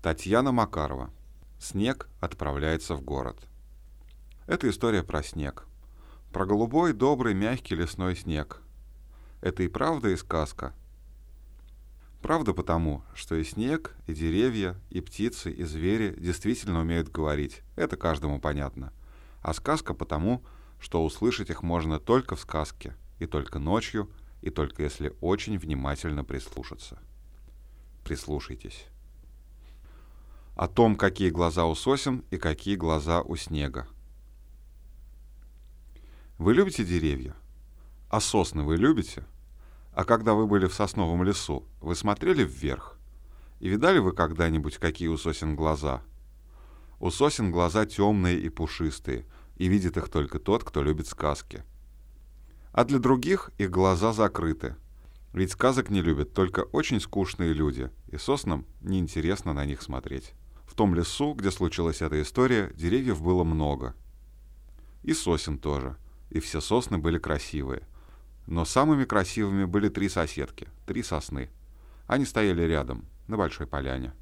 Татьяна Макарова. Снег отправляется в город. Это история про снег. Про голубой, добрый, мягкий лесной снег. Это и правда, и сказка. Правда потому, что и снег, и деревья, и птицы, и звери действительно умеют говорить. Это каждому понятно. А сказка потому, что услышать их можно только в сказке, и только ночью, и только если очень внимательно прислушаться. Прислушайтесь. О том, какие глаза у сосен и какие глаза у снега. Вы любите деревья? А сосны вы любите? А когда вы были в сосновом лесу, вы смотрели вверх? И видали вы когда-нибудь, какие у сосен глаза? У сосен глаза темные и пушистые, и видит их только тот, кто любит сказки. А для других их глаза закрыты. Ведь сказок не любят только очень скучные люди, и соснам неинтересно на них смотреть. В том лесу, где случилась эта история, деревьев было много. И сосен тоже. И все сосны были красивые. Но самыми красивыми были 3 соседки, 3 сосны. Они стояли рядом, на большой поляне.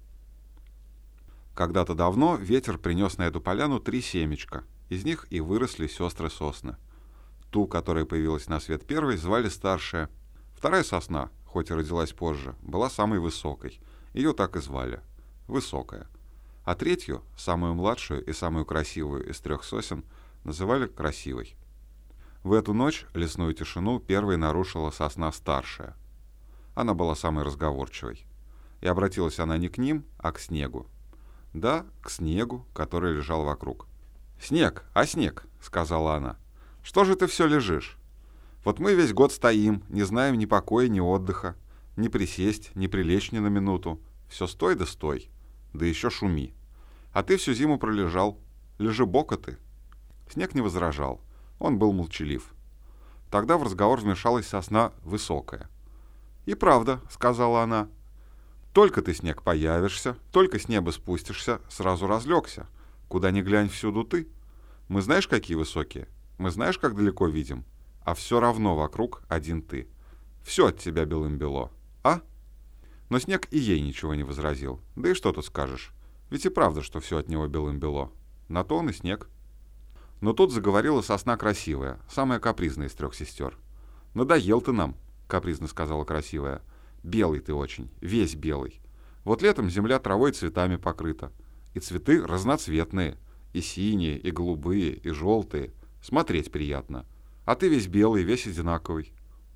Когда-то давно ветер принес на эту поляну 3 семечка. Из них и выросли сестры сосны. Ту, которая появилась на свет первой, звали старшая. Вторая сосна, хоть и родилась позже, была самой высокой. Ее так и звали. Высокая. А третью, самую младшую и самую красивую из 3 сосен, называли красивой. В эту ночь лесную тишину первой нарушила сосна старшая. Она была самой разговорчивой. И обратилась она не к ним, а к снегу. Да, к снегу, который лежал вокруг. «Снег, а снег!» — сказала она. «Что же ты все лежишь? Вот мы весь год стоим, не знаем ни покоя, ни отдыха, ни присесть, ни прилечь ни на минуту. Все стой да стой, да еще шуми. А ты всю зиму пролежал. Лежебока ты». Снег не возражал. Он был молчалив. Тогда в разговор вмешалась сосна высокая. «И правда», — сказала она, — «только ты, снег, появишься, только с неба спустишься, сразу разлегся. Куда ни глянь, всюду ты. Мы знаешь, какие высокие? Мы знаешь, как далеко видим? А все равно вокруг один ты. Все от тебя белым-бело. А?» Но снег и ей ничего не возразил. Да и что тут скажешь? Ведь и правда, что все от него белым-бело. На то он и снег. Но тут заговорила сосна красивая, самая капризная из 3 сестер. «Надоел ты нам», — капризно сказала красивая. «Белый ты очень, весь белый. Вот летом земля травой и цветами покрыта. И цветы разноцветные, и синие, и голубые, и желтые. Смотреть приятно. А ты весь белый, весь одинаковый.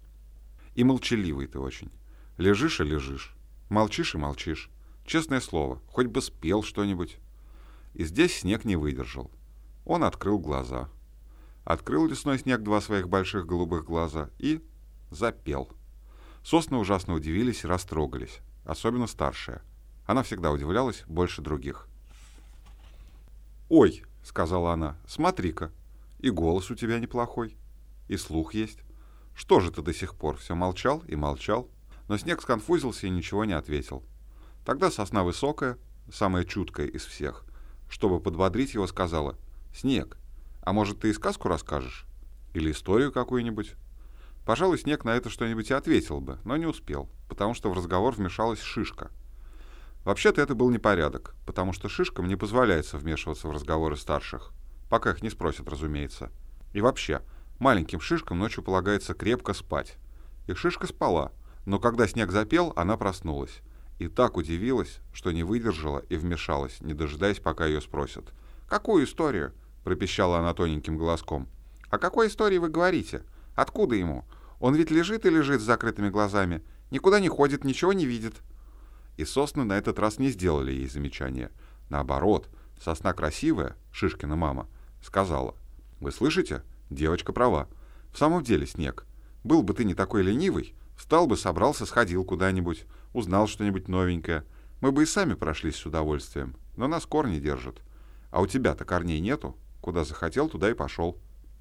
И молчаливый ты очень. Лежишь и лежишь. Молчишь и молчишь. Честное слово, хоть бы спел что-нибудь». И здесь снег не выдержал. Он открыл глаза. Открыл лесной снег 2 своих больших голубых глаза и запел. Сосны ужасно удивились и растрогались, особенно старшая. Она всегда удивлялась больше других. «Ой», — сказала она, — «смотри-ка, и голос у тебя неплохой, и слух есть. Что же ты до сих пор все молчал и молчал?» Но снег сконфузился и ничего не ответил. Тогда сосна высокая, самая чуткая из всех, чтобы подбодрить его, сказала: «Снег, а может, ты и сказку расскажешь? Или историю какую-нибудь?» Пожалуй, снег на это что-нибудь и ответил бы, но не успел, потому что в разговор вмешалась шишка. Вообще-то это был непорядок, потому что шишкам не позволяется вмешиваться в разговоры старших, пока их не спросят, разумеется. И вообще, маленьким шишкам ночью полагается крепко спать. И шишка спала, но когда снег запел, она проснулась. И так удивилась, что не выдержала и вмешалась, не дожидаясь, пока ее спросят. «Какую историю?» — пропищала она тоненьким голоском. «О какой истории вы говорите? Откуда ему? Он ведь лежит и лежит с закрытыми глазами, никуда не ходит, ничего не видит». И сосны на этот раз не сделали ей замечания. Наоборот, сосна красивая, Шишкина мама, сказала: «Вы слышите? Девочка права. В самом деле, снег, был бы ты не такой ленивый, встал бы, собрался, сходил куда-нибудь, узнал что-нибудь новенькое. Мы бы и сами прошлись с удовольствием, но нас корни держат. А у тебя-то корней нету. Куда захотел, туда и пошел».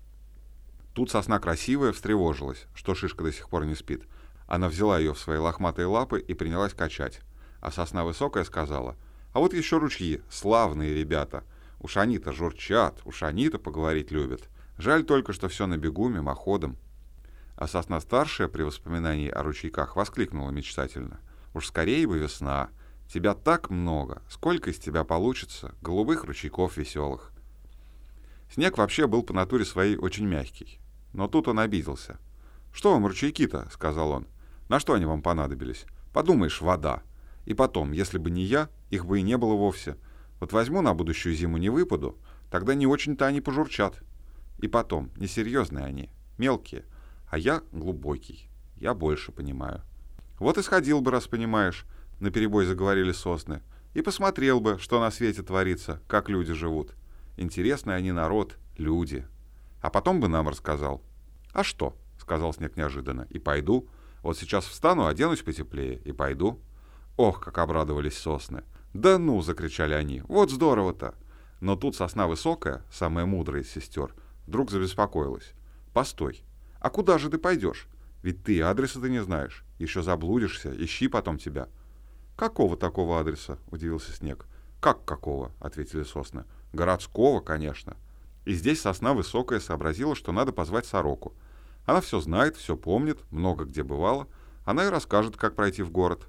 Тут сосна красивая встревожилась, что шишка до сих пор не спит. Она взяла ее в свои лохматые лапы и принялась качать. А сосна высокая сказала: «А вот еще ручьи, славные ребята. Уж они-то журчат, уж они-то поговорить любят. Жаль только, что все на бегу, мимоходом». А сосна старшая при воспоминании о ручейках воскликнула мечтательно: «Уж скорее бы весна, Тебя так много, сколько из тебя получится голубых ручейков веселых. Снег вообще был по натуре своей очень мягкий. Но тут он обиделся. «Что вам ручейки-то?» — сказал он. «На что они вам понадобились? Подумаешь, вода. И потом, если бы не я, их бы и не было вовсе. Вот возьму на будущую зиму не выпаду, тогда не очень-то они пожурчат. И потом, несерьезные они, мелкие, а я глубокий, я больше понимаю». «Вот и сходил бы, раз понимаешь», — наперебой заговорили сосны, «и посмотрел бы, что на свете творится, как люди живут. Интересный они народ, люди. А потом бы нам рассказал». «А что?» — сказал Снег неожиданно. «И пойду. Вот сейчас встану, оденусь потеплее и пойду». Ох, как обрадовались сосны. «Да ну!» — закричали они. «Вот здорово-то!» Но тут сосна высокая, самая мудрая из сестер, вдруг забеспокоилась. «Постой, а куда же ты пойдешь? Ведь ты адреса-то не знаешь. Еще заблудишься, ищи потом тебя». «Какого такого адреса?» — удивился Снег. «Как какого?» — ответили сосны. «Городского, конечно». И здесь сосна высокая сообразила, что надо позвать сороку. Она все знает, все помнит, много где бывала. Она и расскажет, как пройти в город.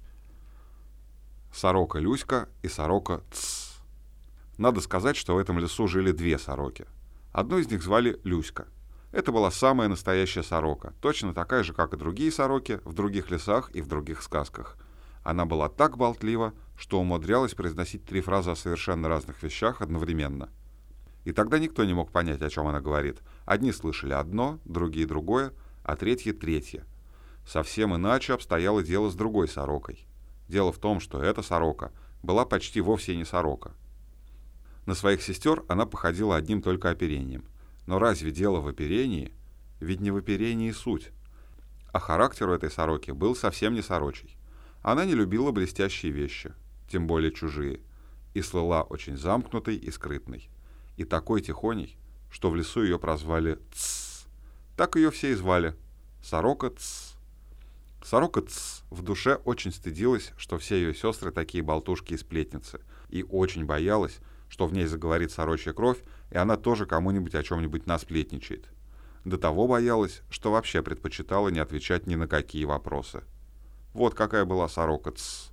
Сорока Люська и сорока Тсс. Надо сказать, что в этом лесу жили две сороки. Одну из них звали Люська. Это была самая настоящая сорока, точно такая же, как и другие сороки в других лесах и в других сказках. Она была так болтлива, что умудрялась произносить 3 фразы о совершенно разных вещах одновременно. И тогда никто не мог понять, о чем она говорит. Одни слышали одно, другие другое, а третьи третье. Совсем иначе обстояло дело с другой сорокой. Дело в том, что эта сорока была почти вовсе не сорока. На своих сестер она походила одним только оперением. Но разве дело в оперении? Ведь не в оперении суть. А характер у этой сороки был совсем не сорочий. Она не любила блестящие вещи, тем более чужие, и слыла очень замкнутой и скрытной. И такой тихоней, что в лесу ее прозвали Тсс. Так ее все и звали. Сорока Тсс. Сорока Тсс в душе очень стыдилась, что все ее сестры такие болтушки и сплетницы, и очень боялась, что в ней заговорит сорочья кровь, и она тоже кому-нибудь о чем-нибудь насплетничает. До того боялась, что вообще предпочитала не отвечать ни на какие вопросы. Вот какая была сорока Тсс.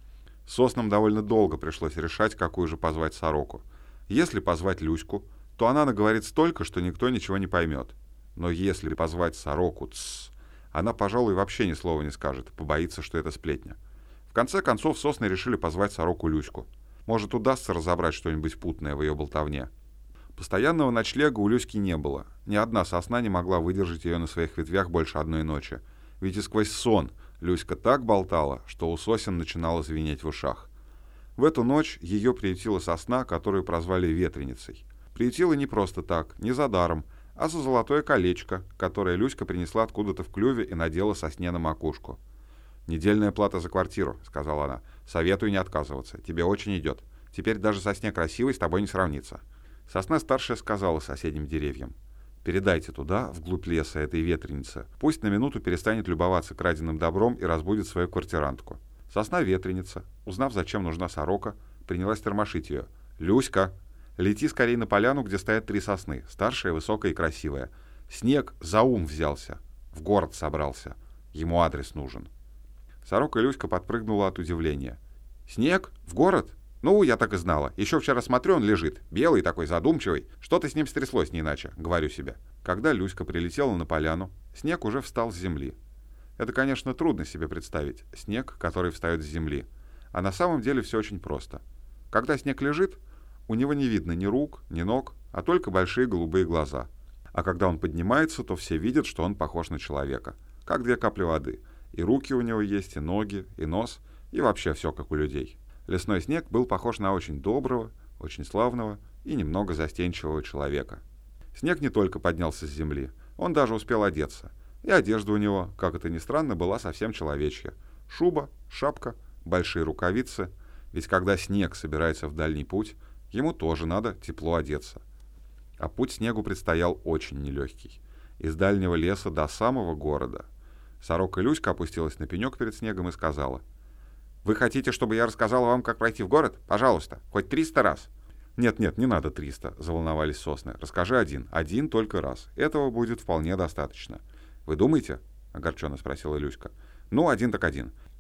Соснам довольно долго пришлось решать, какую же позвать сороку. Если позвать Люську, то она наговорит столько, что никто ничего не поймет. Но если позвать сороку Тсс, она, пожалуй, вообще ни слова не скажет, побоится, что это сплетня. В конце концов, сосны решили позвать сороку Люську. Может, удастся разобрать что-нибудь путное в ее болтовне. Постоянного ночлега у Люськи не было. Ни одна сосна не могла выдержать ее на своих ветвях больше одной ночи. Ведь и сквозь сон Люська так болтала, что у сосен начинало звенеть в ушах. В эту ночь ее приютила сосна, которую прозвали Ветреницей. Приютила не просто так, не за даром, а за золотое колечко, которое Люська принесла откуда-то в клюве и надела сосне на макушку. «Недельная плата за квартиру», — сказала она. «Советую не отказываться. Тебе очень идет. Теперь даже сосне красивой с тобой не сравнится». Сосна старшая сказала соседним деревьям: «Передайте туда, вглубь леса, этой ветренице. Пусть на минуту перестанет любоваться краденым добром и разбудит свою квартирантку». Сосна-ветреница, узнав, зачем нужна сорока, принялась тормошить ее. «Люська, лети скорей на поляну, где стоят 3 сосны, старшая, высокая и красивая. Снег за ум взялся, в город собрался. Ему адрес нужен». Сорока Люська подпрыгнула от удивления. «Снег? В город? Ну, я так и знала. Еще вчера смотрю, он лежит. Белый такой, задумчивый. Что-то с ним стряслось не иначе, говорю себе». Когда Люська прилетела на поляну, снег уже встал с земли. Это, конечно, трудно себе представить. Снег, который встает с земли. А на самом деле все очень просто. Когда снег лежит, у него не видно ни рук, ни ног, а только большие голубые глаза. А когда он поднимается, то все видят, что он похож на человека. Как 2 капли воды. И руки у него есть, и ноги, и нос, и вообще все как у людей. Лесной снег был похож на очень доброго, очень славного и немного застенчивого человека. Снег не только поднялся с земли, он даже успел одеться. И одежда у него, как это ни странно, была совсем человечья. Шуба, шапка, большие рукавицы. Ведь когда снег собирается в дальний путь, ему тоже надо тепло одеться. А путь снегу предстоял очень нелегкий. Из дальнего леса до самого города. Сорока Люська опустилась на пенек перед снегом и сказала: «Вы хотите, чтобы я рассказала вам, как пройти в город? Пожалуйста, хоть 300 раз». «Нет, не надо 300», — заволновались сосны. «Расскажи один только раз. Этого будет вполне достаточно». «Вы думаете?» — огорченно спросила Люська. «Ну, 1 так 1.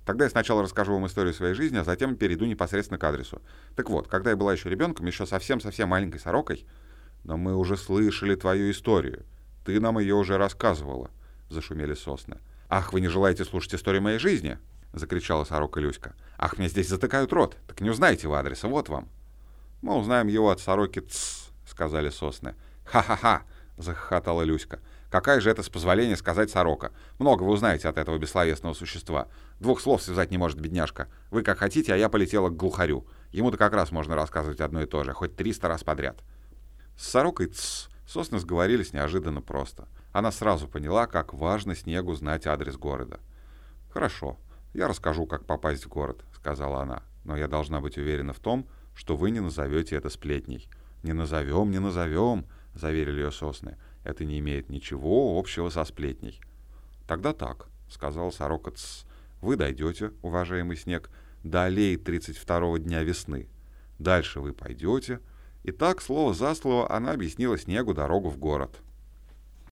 Тогда я сначала расскажу вам историю своей жизни, а затем перейду непосредственно к адресу. Так вот, когда я была еще ребенком, еще совсем-совсем маленькой сорокой, но мы уже слышали твою историю. Ты нам ее уже рассказывала, зашумели сосны. Ах, вы не желаете слушать историю моей жизни? Закричала сорока Люська. Ах, мне здесь затыкают рот, так не узнаете вы адреса, вот вам. Мы узнаем его от сороки «Тсс», сказали сосны. Ха-ха-ха, захохотала Люська. Какая же это, с позволения сказать, сорока? Много вы узнаете от этого бессловесного существа. 2 слов связать не может бедняжка. Вы как хотите, а я полетела к глухарю. Ему-то как раз можно рассказывать одно и то же, хоть 300 раз подряд. С сорокой «Тсс» сосны сговорились неожиданно просто. Она сразу поняла, как важно Снегу знать адрес города. «Хорошо, я расскажу, как попасть в город», — сказала она. «Но я должна быть уверена в том, что вы не назовете это сплетней». «Не назовем, не назовем», — заверили ее сосны. «Это не имеет ничего общего со сплетней». «Тогда так», — сказал сорока «Тсс». «Вы дойдете, уважаемый Снег, до аллеи 32-го дня весны. Дальше вы пойдете». И так, слово за слово, она объяснила Снегу дорогу в город.